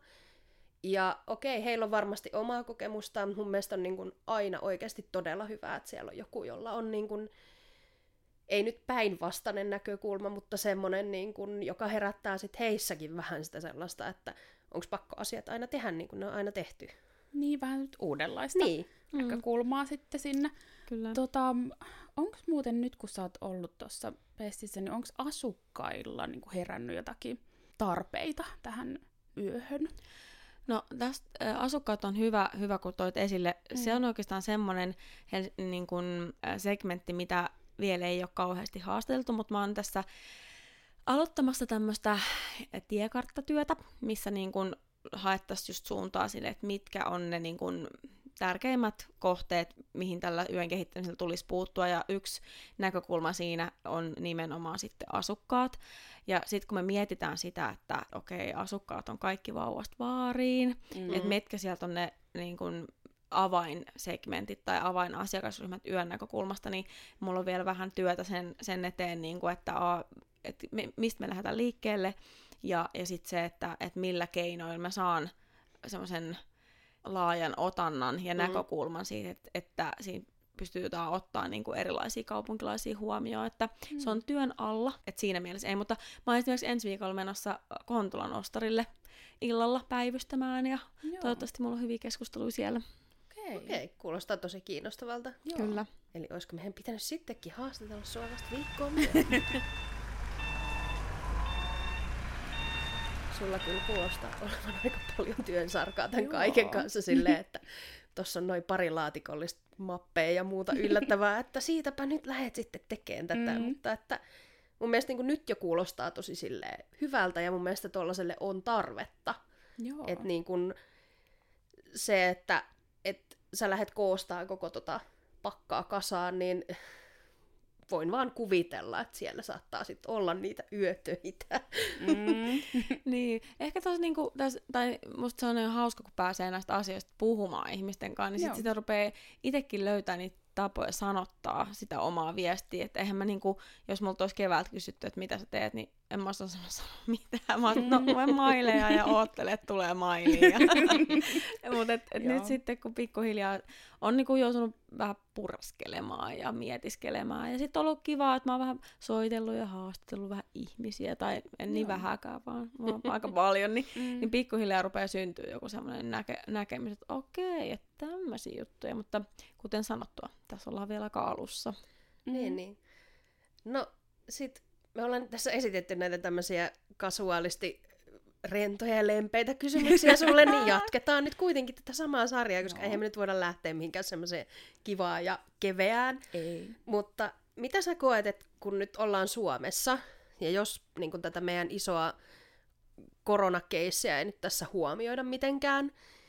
Ja okei, heillä on varmasti omaa kokemusta, mutta mun mielestä on niin kuin aina oikeasti todella hyvä, että siellä on joku, jolla on niin kuin, ei nyt päinvastainen näkökulma, mutta semmoinen, niin kuin, joka herättää sit heissäkin vähän sitä sellaista, että onko pakko asiat aina tehdä niin kuin ne on aina tehty. Niin, vähän nyt uudenlaista Niin. näkökulmaa sitten sinne. Kyllä. Tota, onko muuten nyt, kun sä oot ollut tuossa pestissä, niin onko asukkailla niin kuin herännyt jotakin tarpeita tähän yöhön? No tästä ä, asukkaat on hyvä, hyvä, kun toit esille. Mm. Se on oikeastaan semmoinen hel, niin kun, ä, segmentti, mitä vielä ei ole kauheasti haasteltu, mutta mä oon tässä aloittamassa tämmöistä tiekarttatyötä, missä niin kun haettaisiin just suuntaa sille, että mitkä on ne niin kun tärkeimmät kohteet, mihin tällä yön kehittämisellä tulisi puuttua, ja yksi näkökulma siinä on nimenomaan sitten asukkaat. Ja sitten kun me mietitään sitä, että okei, asukkaat on kaikki vauvasta vaariin, mm-hmm. että mitkä sieltä on ne niin kun avainsegmentit tai avainasiakasryhmät yön näkökulmasta, niin mulla on vielä vähän työtä sen, sen eteen, niin kun, että a, et me, mistä me lähdetään liikkeelle, ja, ja sitten se, että et millä keinoin mä saan semmoisen laajan otannan ja mm. näkökulman siitä, että, että siinä pystytään ottaa niin kuin erilaisia kaupunkilaisia huomioon, että mm. se on työn alla, että siinä mielessä ei, mutta mä olen esimerkiksi ensi viikolla menossa Kontulan ostarille illalla päivystämään, ja Joo. toivottavasti mulla on hyviä keskusteluja siellä. Okei, Okei, okay, kuulostaa tosi kiinnostavalta. Joo. Kyllä. Eli olisiko meidän pitänyt sittenkin haastatella sua vasta viikkoon myöhemmin? Sulla kyllä kuulostaa olevan aika paljon työn sarkaa tämän Joo. kaiken kanssa silleen, että tuossa on noin pari laatikollista mappeja ja muuta yllättävää, että siitäpä nyt lähdet sitten tekemään tätä. Mm. Mutta että mun mielestä niin kuin nyt jo kuulostaa tosi silleen hyvältä, ja mun mielestä tuollaiselle on tarvetta. Joo. Että niin kuin se, että et sä lähdet koostaa koko tota pakkaa kasaan, niin voin vaan kuvitella, että siellä saattaa sitten olla niitä yötöitä. Mm. Niin, ehkä tos niinku, täs, tai musta se on ihan hauska, kun pääsee näistä asioista puhumaan ihmisten kanssa, niin sit Joo. sitä rupeaa itsekin löytää niitä tapoja sanottaa sitä omaa viestiä, että eihän mä niinku, jos multa olisi keväältä kysytty, että mitä sä teet, niin en mä osaa sanoa mitään. Mä oon, no luen maileja ja oottelen, että tulee mailia. Mutta et, et nyt sitten, kun pikkuhiljaa on niinku joutunut vähän puraskelemaan ja mietiskelemään, ja sitten on ollut kivaa, että mä oon vähän soitellut ja haastatellut vähän ihmisiä, tai en niin Joo. vähäkään, vaan mä oon aika paljon, niin, Mm. niin pikkuhiljaa rupeaa syntyä joku semmoinen näke, näkemys, että okei, että tämmöisiä juttuja, mutta kuten sanottua, tässä ollaan vielä aika alussa. Mm. Niin, niin. No, sit me ollaan tässä esitetty näitä tämmöisiä kasuaalisti rentoja ja lempeitä kysymyksiä sulle, niin jatketaan nyt kuitenkin tätä samaa sarjaa, koska Joo. eihän me nyt voida lähteä mihinkään semmoiseen kivaa ja keveään. Ei. Mutta mitä sä koet, että kun nyt ollaan Suomessa, ja jos niin kun tätä meidän isoa koronakeissiä ei nyt tässä huomioida mitenkään,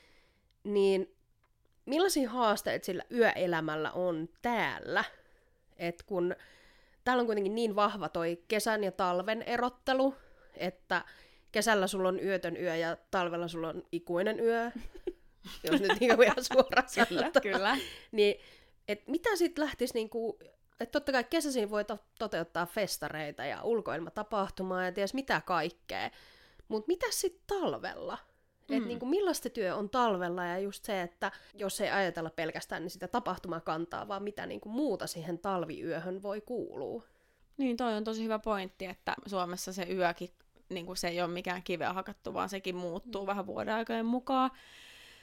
niin millaisia haasteita sillä yöelämällä on täällä? Et kun täällä on kuitenkin niin vahva toi kesän ja talven erottelu, että kesällä sulla on yötön yö ja talvella sulla on ikuinen yö, jos nyt niin ihan suoraan Kyllä, sanotaan. kyllä. Niin, et mitä sitten lähtisi niinku, että totta kai kesäisin voi to- toteuttaa festareita ja ulkoilmatapahtumaa ja ties mitä kaikkea, mutta mitä sitten talvella? Mm. Et niinku millaista työ on talvella, ja just se, että jos ei ajatella pelkästään niin sitä tapahtumakantaa, vaan mitä niinku muuta siihen talviyöhön voi kuulua. Niin, toi on tosi hyvä pointti, että Suomessa se yökin, niin se ei ole mikään kiveä hakattu, vaan sekin muuttuu mm. vähän vuodenaikojen mukaan.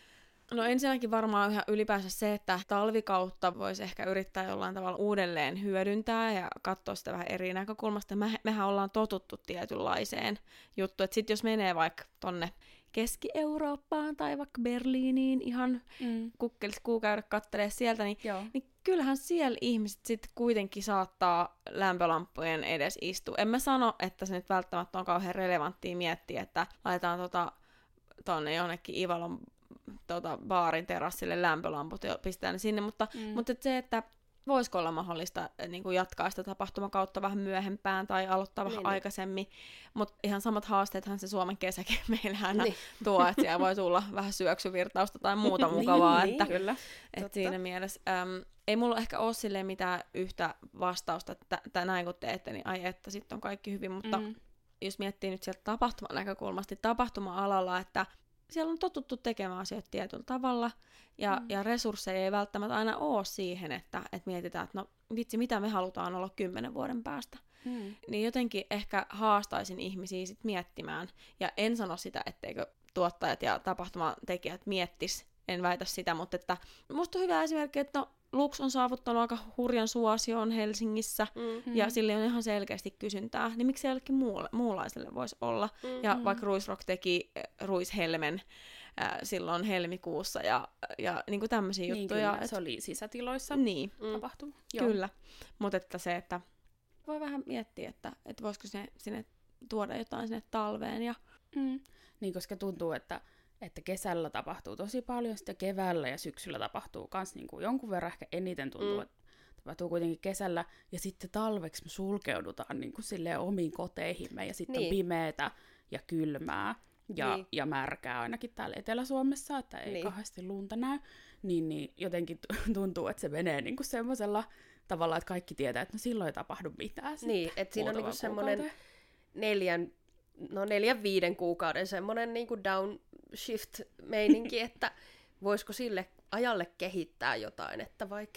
No ensinnäkin varmaan ihan ylipäänsä se, että talvikautta voisi ehkä yrittää jollain tavalla uudelleen hyödyntää ja katsoa sitä vähän eri näkökulmasta. Me, mehän ollaan totuttu tietynlaiseen juttuun, että sitten jos menee vaikka tonne Keski-Eurooppaan tai vaikka Berliiniin ihan mm. kukkeliskuun käydä kattelee sieltä, niin, niin kyllähän siellä ihmiset sitten kuitenkin saattaa lämpölamppujen edes istua. En mä sano, että se nyt välttämättä on kauhean relevanttia miettiä, että laitetaan tota, tonne jonnekin Ivalon tota, baarin terassille lämpölamput ja pistetään ne sinne, mutta, mm. mutta et se, että voisiko olla mahdollista niin kuin jatkaa sitä tapahtumakautta vähän myöhempään tai aloittaa vähän niin, aikaisemmin, mutta ihan samat haasteethan se Suomen kesäkin meillähän niin. tuo, että siellä voi tulla vähän syöksyvirtausta tai muuta mukavaa, niin, että, kyllä. että siinä mielessä äm, ei mulla ehkä ole silleen mitään yhtä vastausta, että, että näin kun teette, niin ai että sitten on kaikki hyvin, mutta mm. jos miettii nyt sieltä tapahtuman näkökulmasta, tapahtuma-alalla, että siellä on totuttu tekemään asioita tietyllä tavalla, ja, mm. ja resursseja ei välttämättä aina ole siihen, että, että mietitään, että no vitsi, mitä me halutaan olla kymmenen vuoden päästä. Mm. Niin jotenkin ehkä haastaisin ihmisiä sit miettimään, ja en sano sitä, etteikö tuottajat ja tapahtumatekijät miettis, en väitä sitä, mutta että musta on hyvä esimerkki, että no, Lux on saavuttanut aika hurjan suosion Helsingissä, mm-hmm. ja sille on ihan selkeästi kysyntää, niin miksi jollekin muulle, muunlaiselle voisi olla. Mm-hmm. Ja vaikka Ruisrock teki äh, Ruishelmen äh, silloin helmikuussa, ja, ja niin kuin tämmöisiä niin, juttuja. Kyllä, et... se oli sisätiloissa niin. tapahtuma. Mm. Kyllä, mutta että se, että voi vähän miettiä, että, että voisiko sinne, sinne tuoda jotain sinne talveen. Ja... Mm. Niin, koska tuntuu, että että kesällä tapahtuu tosi paljon, sitten keväällä ja syksyllä tapahtuu myös niin kuin jonkun verran, ehkä eniten tuntuu, mm. että tapahtuu kuitenkin kesällä, ja sitten talveksi me sulkeudutaan niin kuin silleen omiin koteihimme, ja sitten niin. on pimeätä ja kylmää ja, niin. ja märkää ainakin täällä Etelä-Suomessa, että ei niin. kauheasti lunta näy, niin, niin jotenkin tuntuu, että se menee niin kuin semmoisella tavalla, että kaikki tietää, että no silloin ei tapahdu mitään. Niin, että siinä on niin kuin semmoinen neljän, no neljän viiden kuukauden semmoinen niin kuin downshift-meininki, että voisiko sille ajalle kehittää jotain, että vaikka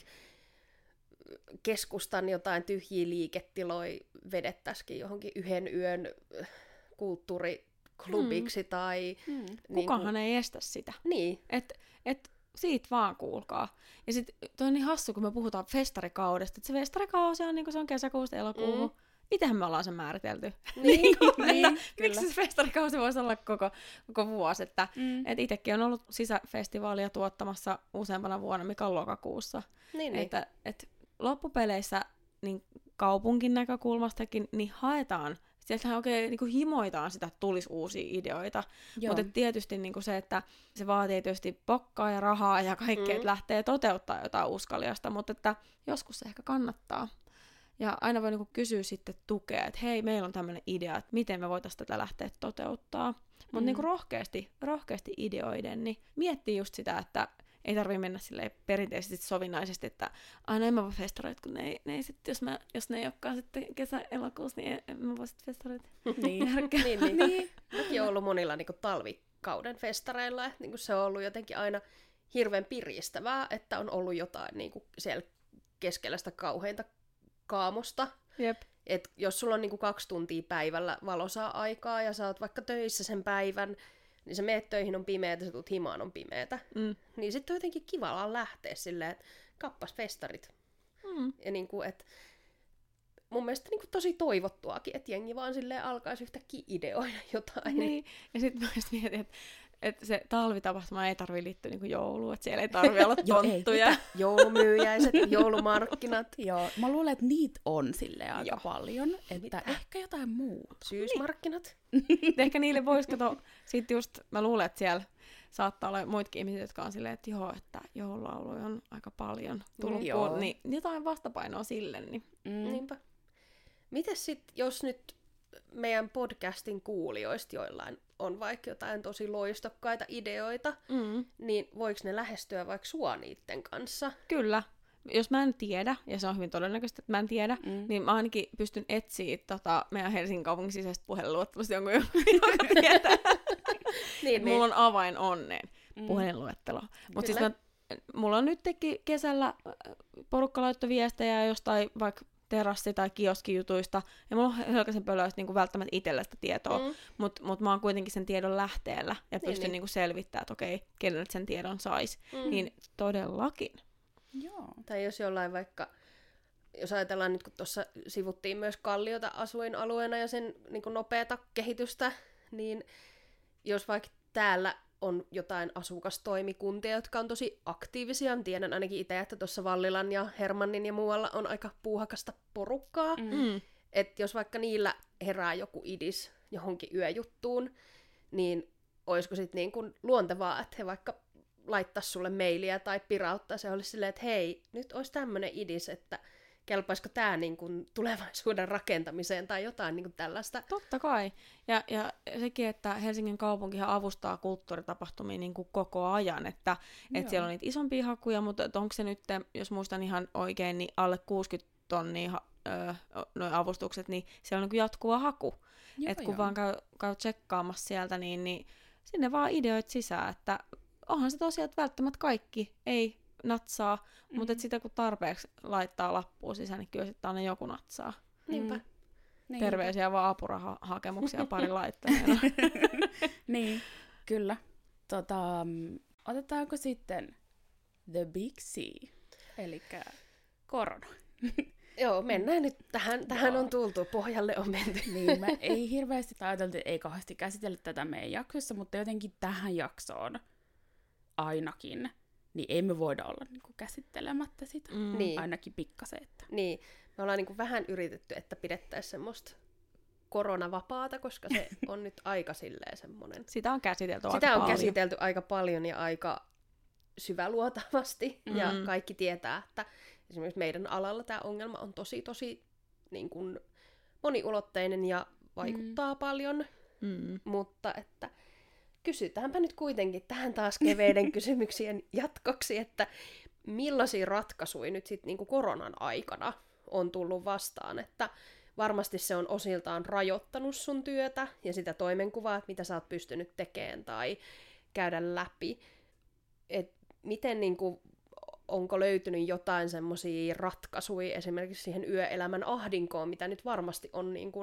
keskustan jotain tyhjiä liiketiloja vedettäisikin johonkin yhden yön kulttuuriklubiksi mm. tai... Mm. Kukahan niin kuin... ei estä sitä. Niin. Et, et siitä vaan kuulkaa. Ja sit toi on niin hassu, kun me puhutaan festarikaudesta, että se festarikausi on niin kuin se on kesäkuusta elokuuhun. Mm. Mitähän me ollaan sen määritelty? Niin, niin, miksi se festarikausi voisi olla koko, koko vuosi? Että, mm. et itsekin on ollut sisäfestivaalia tuottamassa useampana vuonna, mikä on lokakuussa. Niin, että niin. Et loppupeleissä niin kaupunkin näkökulmastakin niin haetaan, sieltähän oikein niin kuin himoitaan sitä, että tulisi uusia ideoita. Mutta tietysti niin kuin se, että se vaatii tietysti pokkaa ja rahaa ja kaikkea, mm. että lähtee toteuttaa jotain uskaliasta, mutta että joskus se ehkä kannattaa. Ja aina voi niinku kysyä sitten tukea, että hei, meillä on tämmöinen idea, että miten me voitaisiin tätä lähteä toteuttaa. Mutta mm. niinku rohkeasti, rohkeasti ideoiden, niin miettii just sitä, että ei tarvitse mennä silleen perinteisesti sovinnaisesti, että aina en mä voi festaroida, kun ne ei, ne ei sit, jos, mä, jos ne ei olekaan sitten kesä-elokuussa, niin en, en mä voi sitten festaroida. Niin, niin, niin. niin. Mäkin on ollut monilla niinku talvikauden festareilla, että niinku se on ollut jotenkin aina hirveän piristävää, että on ollut jotain niinku siellä keskellä sitä kauheinta kaamosta. Jep. Et jos sulla on niinku kaksi tuntia päivällä valosaa aikaa ja sä oot vaikka töissä sen päivän, niin sä meet töihin on pimeätä, sä tulet himaan on pimeätä. Mm. Niin sitten on jotenkin kiva lähteä silleen, että kappas festarit. Mm. Ja niinku, et mun mielestä niinku tosi toivottuakin, että jengi vaan silleen alkaisi yhtäkkiä ideoida jotain. Niin, ja sitten mä just mietin, että että se talvitapahtuma ei tarvitse liittyä niinku jouluun, että siellä ei tarvitse olla tonttuja. Joulumyyjäiset, joulumarkkinat. Joo, mä luulen, että niitä on silleen aika Joo. paljon, että Mitä? ehkä jotain muuta. Syysmarkkinat. Niin. Ehkä niille voisi kato, sit just mä luulen, että siellä saattaa olla muitakin ihmisiä, jotka on silleen, että joo, että joululauluja on aika paljon tullut, mm, niin jotain vastapainoa sille. Niin. Mm. Niinpä. Mites sit, jos nyt meidän podcastin kuulijoista joillain on vaikka jotain tosi loistokkaita ideoita, mm. niin voiko ne lähestyä vaikka sua niiden kanssa? Kyllä. Jos mä en tiedä, ja se on hyvin todennäköistä, että mä en tiedä, mm. niin mä ainakin pystyn etsiä tota, meidän Helsingin kaupungin sisäistä puhelinluettelosta jonkun, joka tietää. niin, mulla on avain onneen mm. puhelinluettelo. Mutta siis mä, mulla on nyt teki kesällä porukka laittoi viestejä jostain vaikka terassi- tai kioskijutuista, ja mulla on hölkäsen pölöistä niinku välttämättä itsellä sitä tietoa, mm. mutta mut mä oon kuitenkin sen tiedon lähteellä, ja pystyn niin, niinku selvittämään, että okei, kenelle sen tiedon sais. Mm. Niin todellakin. Joo. Tai jos jollain vaikka, jos ajatellaan nyt, kun tuossa sivuttiin myös Kalliota asuinalueena ja sen niin kuin nopeata kehitystä, niin jos vaikka täällä on jotain asukastoimikuntia, jotka on tosi aktiivisia, tiedän ainakin itse, että tuossa Vallilan ja Hermannin ja muualla on aika puuhakasta porukkaa, mm. että jos vaikka niillä herää joku idis johonkin yöjuttuun, niin olisiko sitten niin kuin luontevaa, että he vaikka laittaisi sulle mailia tai pirauttaa, se olisi silleen, että hei, nyt olisi tämmöinen idis, että kelpaisiko tämä niin kuin tulevaisuuden rakentamiseen tai jotain niin kuin tällaista. Totta kai. Ja, ja sekin, että Helsingin kaupunkihan avustaa kulttuuritapahtumia niin kuin koko ajan, että et siellä on niitä isompia hakuja, mutta onko se nyt, jos muistan ihan oikein, niin alle kuusikymmentä tonnia öö, noi avustukset, niin siellä on niin kuin jatkuva haku. Että kun vaan käy, käy tsekkaamassa sieltä, niin, niin sinne vaan ideoit sisään, että onhan se tosiaan, että välttämättä kaikki ei natsaa, mm-hmm. mutta sitä kun tarpeeksi laittaa lappuun sisään, niin kyllä sitten aina joku natsaa. Niinpä. Mm. Terveisiä vaan apurahahakemuksia pari laittaneena. Niin, kyllä. Tota, otetaanko sitten the big C, eli korona? Joo, mennään nyt tähän. Tähän on tultu, pohjalle on menty. Niin, mä ei hirveästi ajateltu, ei kauheasti käsitellä tätä meidän jaksossa, mutta jotenkin tähän jaksoon ainakin, niin ei me voida olla niinku käsittelemättä sitä. Mm. Niin. Ainakin pikkasen. Että. Niin, me ollaan niinku vähän yritetty, että pidettäisiin semmoista koronavapaata, koska se on nyt aika silleen semmoinen. Sitä on käsitelty Sitä aika on paljon. käsitelty aika paljon ja aika syväluotavasti. Mm. Ja kaikki tietää, että esimerkiksi meidän alalla tämä ongelma on tosi, tosi niin kuin moniulotteinen ja vaikuttaa mm. paljon. Mm. Mutta että kysytäänpä nyt kuitenkin tähän taas keveiden kysymyksien jatkoksi, että millaisia ratkaisuja nyt sitten niinku koronan aikana on tullut vastaan, että varmasti se on osiltaan rajoittanut sun työtä ja sitä toimenkuvaa, että mitä sä oot pystynyt tekemään tai käydä läpi. Et miten niinku, onko löytynyt jotain semmoisia ratkaisuja esimerkiksi siihen yöelämän ahdinkoon, mitä nyt varmasti on niinku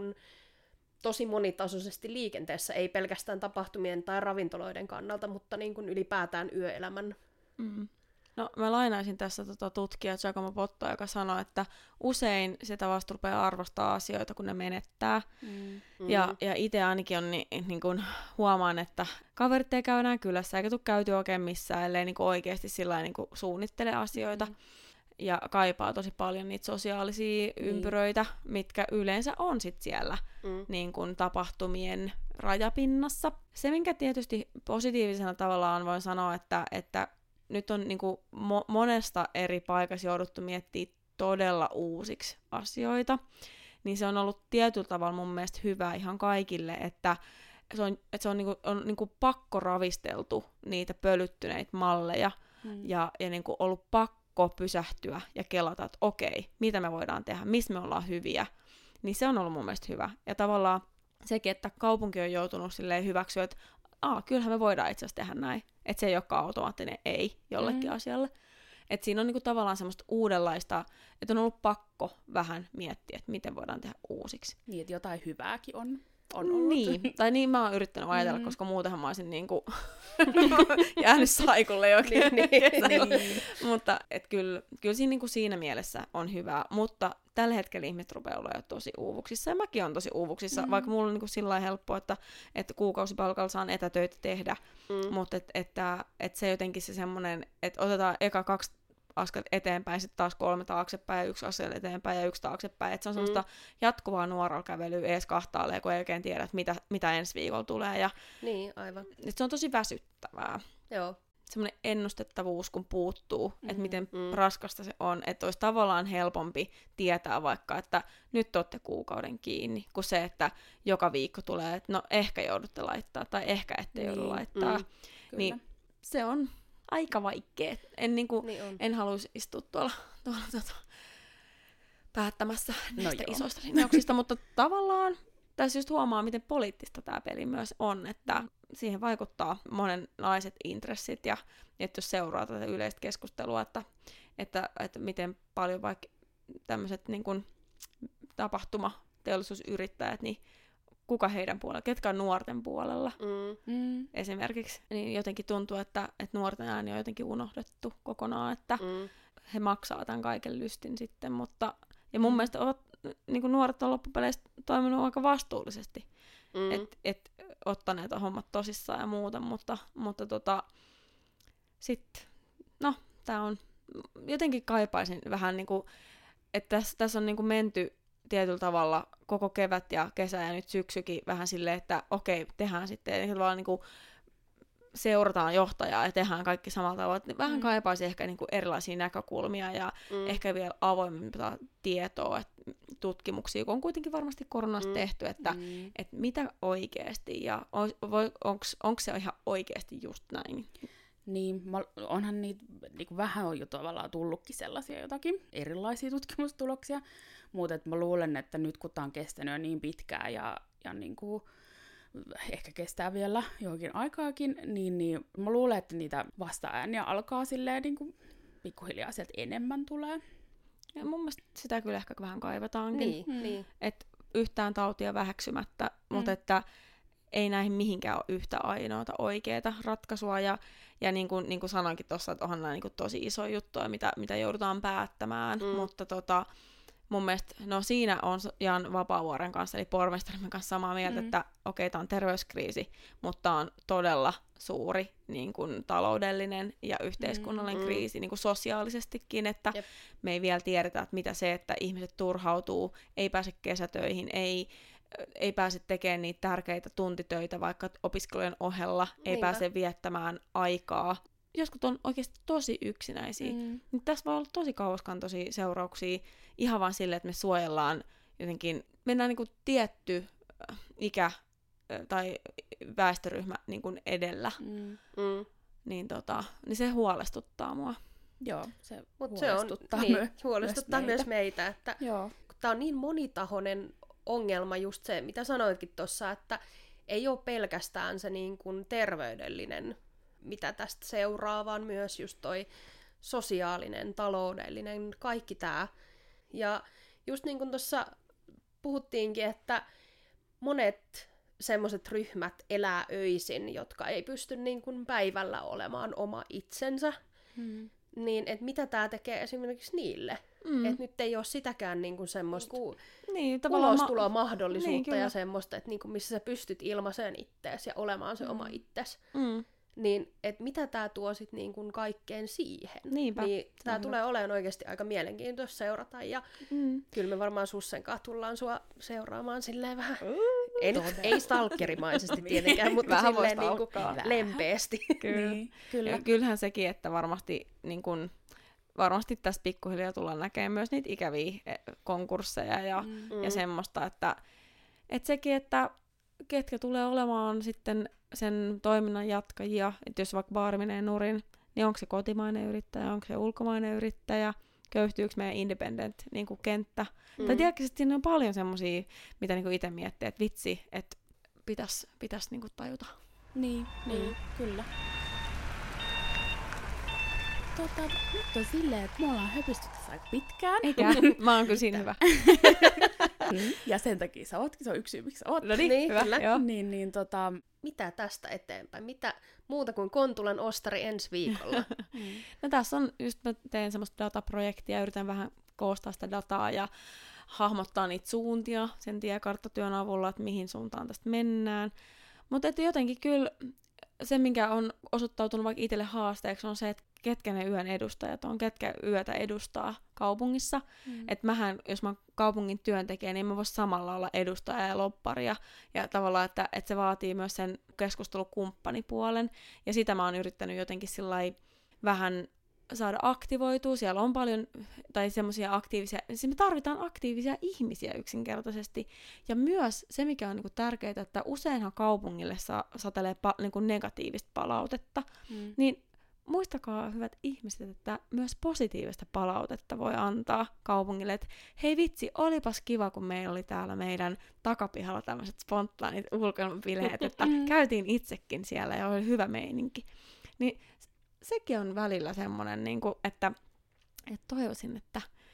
tosi monitasoisesti liikenteessä, ei pelkästään tapahtumien tai ravintoloiden kannalta, mutta niin kuin ylipäätään yöelämän. Mm. No mä lainaisin tässä tota tutkija Giacomo Bottoa, joka sanoi, että usein sitä vasta rupeaa arvostaa asioita, kun ne menettää. Mm. Ja, ja itse ainakin on ni, niin kuin huomaan, että kaverit ei käy enää kylässä, eikä tule käyty oikein missään, ellei niin kuin oikeasti sillä niin kuin suunnittele asioita. Mm. Ja kaipaa tosi paljon niitä sosiaalisia mm. ympyröitä, mitkä yleensä on sit siellä mm. niin kun tapahtumien rajapinnassa. Se, minkä tietysti positiivisena tavallaan voin sanoa, että, että nyt on niin kun mo- monesta eri paikassa jouduttu miettimään todella uusiksi asioita, niin se on ollut tietyllä tavalla mun mielestä hyvä ihan kaikille, että se on, että se on, niin kun, on niin kun pakko ravisteltu niitä pölyttyneitä malleja mm. ja, ja niin kun ollut pakko pysähtyä ja kelata, että okei, mitä me voidaan tehdä, missä me ollaan hyviä, niin se on ollut mun mielestä hyvä. Ja tavallaan sekin, että kaupunki on joutunut silleen hyväksyä, että Aa, kyllähän me voidaan itse asiassa tehdä näin. Että se ei olekaan automaattinen ei jollekin mm. asialle. Että siinä on niinku tavallaan semmoista uudenlaista, että on ollut pakko vähän miettiä, että miten voidaan tehdä uusiksi. Niin, että jotain hyvääkin on. On ollut. Niin, tai niin mä oon yrittänyt ajatella, mm. koska muutenhan mä olisin niinku jäänyt saikulle jokin. niin, niin, niin. Mutta et kyllä, kyllä siinä, niinku siinä mielessä on hyvää, mutta tällä hetkellä ihmiset rupeaa olla jo tosi uuvuksissa, ja mäkin on tosi uuvuksissa, mm. vaikka mulla on niinku sillä lailla helppoa, että, että kuukausipalkalla saan etätöitä tehdä, mm. mutta et, että et se jotenkin se semmoinen, että otetaan eka kaksi askel eteenpäin, sitten taas kolme taaksepäin ja yksi askel eteenpäin ja yksi taaksepäin. Että se on semmoista mm. jatkuvaa nuoralkävelyä ees kahtaalle, kun ei oikein tiedä, että mitä, mitä ensi viikolla tulee. Ja niin, aivan. Että se on tosi väsyttävää. Joo. Semmoinen ennustettavuus, kun puuttuu, mm-hmm. että miten mm. raskasta se on. Että olisi tavallaan helpompi tietää vaikka, että nyt olette kuukauden kiinni, kuin se, että joka viikko tulee, että no ehkä joudutte laittaa tai ehkä ette joudu niin. laittaa. Mm. Niin se on aika vaikea. En, niinku, niin en haluaisi istua tuolla, tuolla tuolla, päättämässä niistä no isoista linjauksista, mutta tavallaan tässä just huomaa, miten poliittista tämä peli myös on, että siihen vaikuttaa monenlaiset intressit, ja että jos seuraa tätä yleistä keskustelua, että, että, että miten paljon vaikka tämmöiset niin kuin tapahtuma, teollisuusyrittäjät, niin kuka heidän puolella, ketkä on nuorten puolella Mm. Mm. esimerkiksi. Niin jotenkin tuntuu, että, että nuorten ääni on jotenkin unohdettu kokonaan, että Mm. he maksaa tämän kaiken lystin sitten, mutta ja mun Mm. mielestä ovat, niin kuin nuoret on loppupeleissä toiminut aika vastuullisesti, Mm. että et, ottaneet hommat tosissaan ja muuta, mutta, mutta tota, sitten, no, tää on, jotenkin kaipaisin vähän niinku, että tässä täs on niinku menty tietyllä tavalla koko kevät ja kesä ja nyt syksykin vähän silleen, että okei, tehdään sitten, ja tavallaan niinku seurataan johtajaa ja tehdään kaikki samalla tavalla. Että vähän Mm. kaipaisin ehkä niinku erilaisia näkökulmia ja Mm. ehkä vielä avoimempaa tietoa, että tutkimuksia, kun on kuitenkin varmasti koronasta Mm. tehty, että Mm. että mitä oikeasti ja onko se ihan oikeasti just näin. Niin, mä, onhan niitä, niinku vähän on jo tavallaan tullutkin sellaisia jotakin erilaisia tutkimustuloksia, mutta mä luulen, että nyt kun tää on kestänyt jo niin pitkään ja, ja niinku, ehkä kestää vielä johonkin aikaakin, niin, niin mä luulen, että niitä vasta-ääniä alkaa silleen niinku, pikkuhiljaa sieltä enemmän tulee. Ja mun mielestä sitä kyllä ehkä vähän kaivataankin. Niin, Mm. niin. Että yhtään tautia väheksymättä, Mm. mutta että ei näihin mihinkään ole yhtä ainoata oikeaa ratkaisua. Ja, ja niin kuin, niin kuin sanoinkin tuossa, että onhan nämä niin kuin tosi iso juttuja, mitä, mitä joudutaan päättämään. Mm. Mutta tota, mun mielestä, no siinä on Jan Vapaavuoren kanssa, eli pormestarimme kanssa samaa mieltä, Mm. että okei, tämä on terveyskriisi, mutta tämä on todella suuri niin kuin taloudellinen ja yhteiskunnallinen Mm. kriisi niin kuin sosiaalisestikin, että Jep. me ei vielä tiedetä, että mitä se, että ihmiset turhautuu, ei pääse kesätöihin, ei, ei pääse tekemään niitä tärkeitä tuntitöitä vaikka opiskelujen ohella, ei Niinpä. pääse viettämään aikaa. Joskus on oikeasti tosi yksinäisiä. Mm. Niin tässä voi olla tosi kauaskantoisia seurauksia ihan vaan sille, että me suojellaan jotenkin, mennään niinku tietty äh, ikä äh, tai väestöryhmä niinku edellä, Mm. Mm. niin, tota, niin se huolestuttaa mua. Joo, se Mut se on, huolestuttaa niin, my- huolestuttaa myös meitä, että Joo. kun tämä on niin monitahoinen ongelma, just se, mitä sanoitkin tuossa, että ei ole pelkästään se niin kuin terveydellinen, mitä tästä seuraa, vaan myös just toi sosiaalinen, taloudellinen, kaikki tämä. Ja just niin kuin tuossa puhuttiinkin, että monet semmoiset ryhmät elää öisin, jotka ei pysty niin kuin päivällä olemaan oma itsensä, Mm. niin että mitä tämä tekee esimerkiksi niille. Mm. Että nyt ei ole sitäkään niinku semmoista niinku Niin, tavallaan ma- ulostulomahdollisuutta Niin, kyllä. ja semmoista, että niinku missä sä pystyt ilmaiseen ittees ja olemaan se Mm. oma itses. mm. Niin, että mitä tämä tuo sitten niinku kaikkeen siihen. Niinpä. Niin tämä on tulee olemaan oikeasti aika mielenkiintoista seurata ja Mm. kyllä me varmaan Sussen kanssa tullaan sua seuraamaan silleen vähän, ei, nyt, ei stalkerimaisesti tietenkään, mutta Vähän voi silleen niinku stalkkaa. lempeästi. Kyllä. Niin, kyllä. Ja kyllähän sekin, että varmasti, niin kun, varmasti tässä pikkuhiljaa tullaan näkemään myös niitä ikäviä eh, konkursseja ja, Mm. ja semmoista, että, että sekin, että ketkä tulee olemaan sitten sen toiminnan jatkajia, että jos vaikka baari menee nurin, niin onko se kotimainen yrittäjä, onko se ulkomainen yrittäjä, köyhtyykö meidän independent niin kuin kenttä. Mm. Tai tiedätkö, että siinä on paljon semmoisia, mitä niin kuin itse miettii, että vitsi, että pitäisi pitäis niin kuin tajuta. Niin, niin, Mm. kyllä. Tota, nyt on silleen, että me ollaan höpisty tässä aika pitkään. Eikä? Mä oon kyllä siinä hyvä. Mm. Ja sen takia sä ootkin, se on yksi syy, miksi sä oot. No Niin, hyvä. kyllä. Joo. Niin, niin tota... Mitä tästä eteenpäin? Mitä muuta kuin Kontulan ostari ensi viikolla? Mm. No tässä on, just mä teen semmoista dataprojektia ja yritän vähän koostaa sitä dataa ja hahmottaa niitä suuntia sen tiekarttatyön avulla, että mihin suuntaan tästä mennään. Mutta että jotenkin kyllä se, minkä on osoittautunut vaikka itselle haasteeksi, on se, että ketkä ne yön edustajat on, ketkä yötä edustaa kaupungissa. Mm. Että mähän, jos mä oon kaupungin työntekijä, niin mä vois samalla olla edustaja ja loppari. Ja, ja tavallaan, että, että se vaatii myös sen keskustelukumppanipuolen. Ja sitä mä oon yrittänyt jotenkin sillai vähän saada aktivoitua. Siellä on paljon, tai semmoisia aktiivisia, siis me tarvitaan aktiivisia ihmisiä yksinkertaisesti. Ja myös se, mikä on niinku tärkeää, että useinhan kaupungille saa, satelee pa, niinku negatiivista palautetta, Mm. niin muistakaa, hyvät ihmiset, että myös positiivista palautetta voi antaa kaupungille. Et, hei vitsi, olipas kiva, kun meillä oli täällä meidän takapihalla tämmöiset spontaanit ulkoilmabileet, että käytiin itsekin siellä ja oli hyvä meininki. Niin sekin on välillä semmoinen, niin kuin, että, että toivoisin, että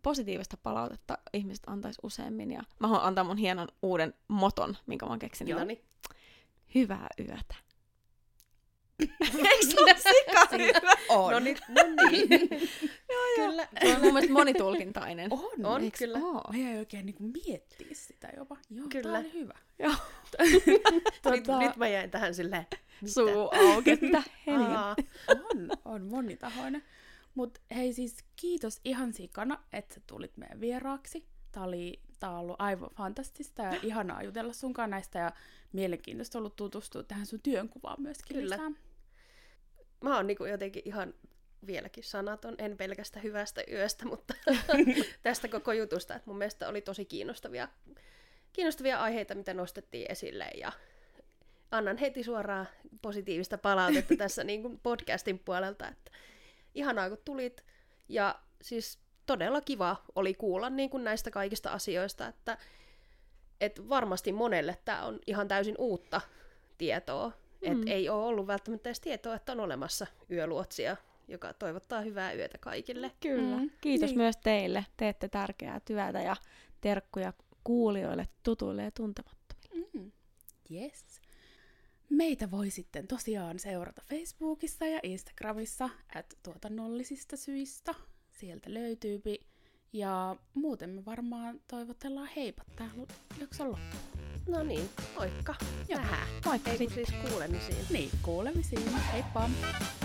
positiivista palautetta ihmiset antaisi useammin. Ja mä haluan antaa mun hienon uuden moton, minkä mä oon keksinyt. Joo. Niin. Hyvää yötä. Eikö se ole sika hyvä? On. No niin. No niin. Joo, joo. Kyllä. Se on mun mielestä monitulkintainen. On, On, eiks kyllä. oo? Mä jäin oikein niinku miettiä sitä jopa. Joo, Kyllä. tää oli hyvä. Joo. Nyt, nyt mä jäin tähän silleen, mitä? Suu auki, että mitä helin. Aa. On, on monitahoinen. Mut hei siis kiitos ihan sikana, että sä tulit meidän vieraaksi. Tää, oli, tää on ollut aivan fantastista ja ihanaa jutella sunkaan näistä ja mielenkiintoista ollut tutustua tähän sun työnkuvaan myöskin Kyllä. lisää. Mä oon niinku jotenkin ihan vieläkin sanaton, en pelkästään hyvästä yöstä, mutta tästä koko jutusta. Et mun mielestä oli tosi kiinnostavia, kiinnostavia aiheita, mitä nostettiin esille. Ja annan heti suoraan positiivista palautetta tässä niin kuin podcastin puolelta. Että ihanaa, kun tulit. Ja siis todella kiva oli kuulla niin kuin näistä kaikista asioista, että, että varmasti monelle tämä on ihan täysin uutta tietoa. Mm. Että ei ole ollut välttämättä edes tietoa, että on olemassa yöluotsia, joka toivottaa hyvää yötä kaikille. Kyllä. Mm. Kiitos niin. myös teille. Teette tärkeää työtä ja terkkuja kuulijoille, tutuille ja tuntemattomille. Mm. Yes. Meitä voi sitten tosiaan seurata Facebookissa ja Instagramissa at tuotannollisista syistä. Sieltä löytyypi. Ja muuten me varmaan toivotellaan heipat täällä jakson loppuun. No niin, moikka. Joo. Nähdään. Moikka Ei kun sitten. siis kuulemisiin. Niin, kuulemisiin. Heippa!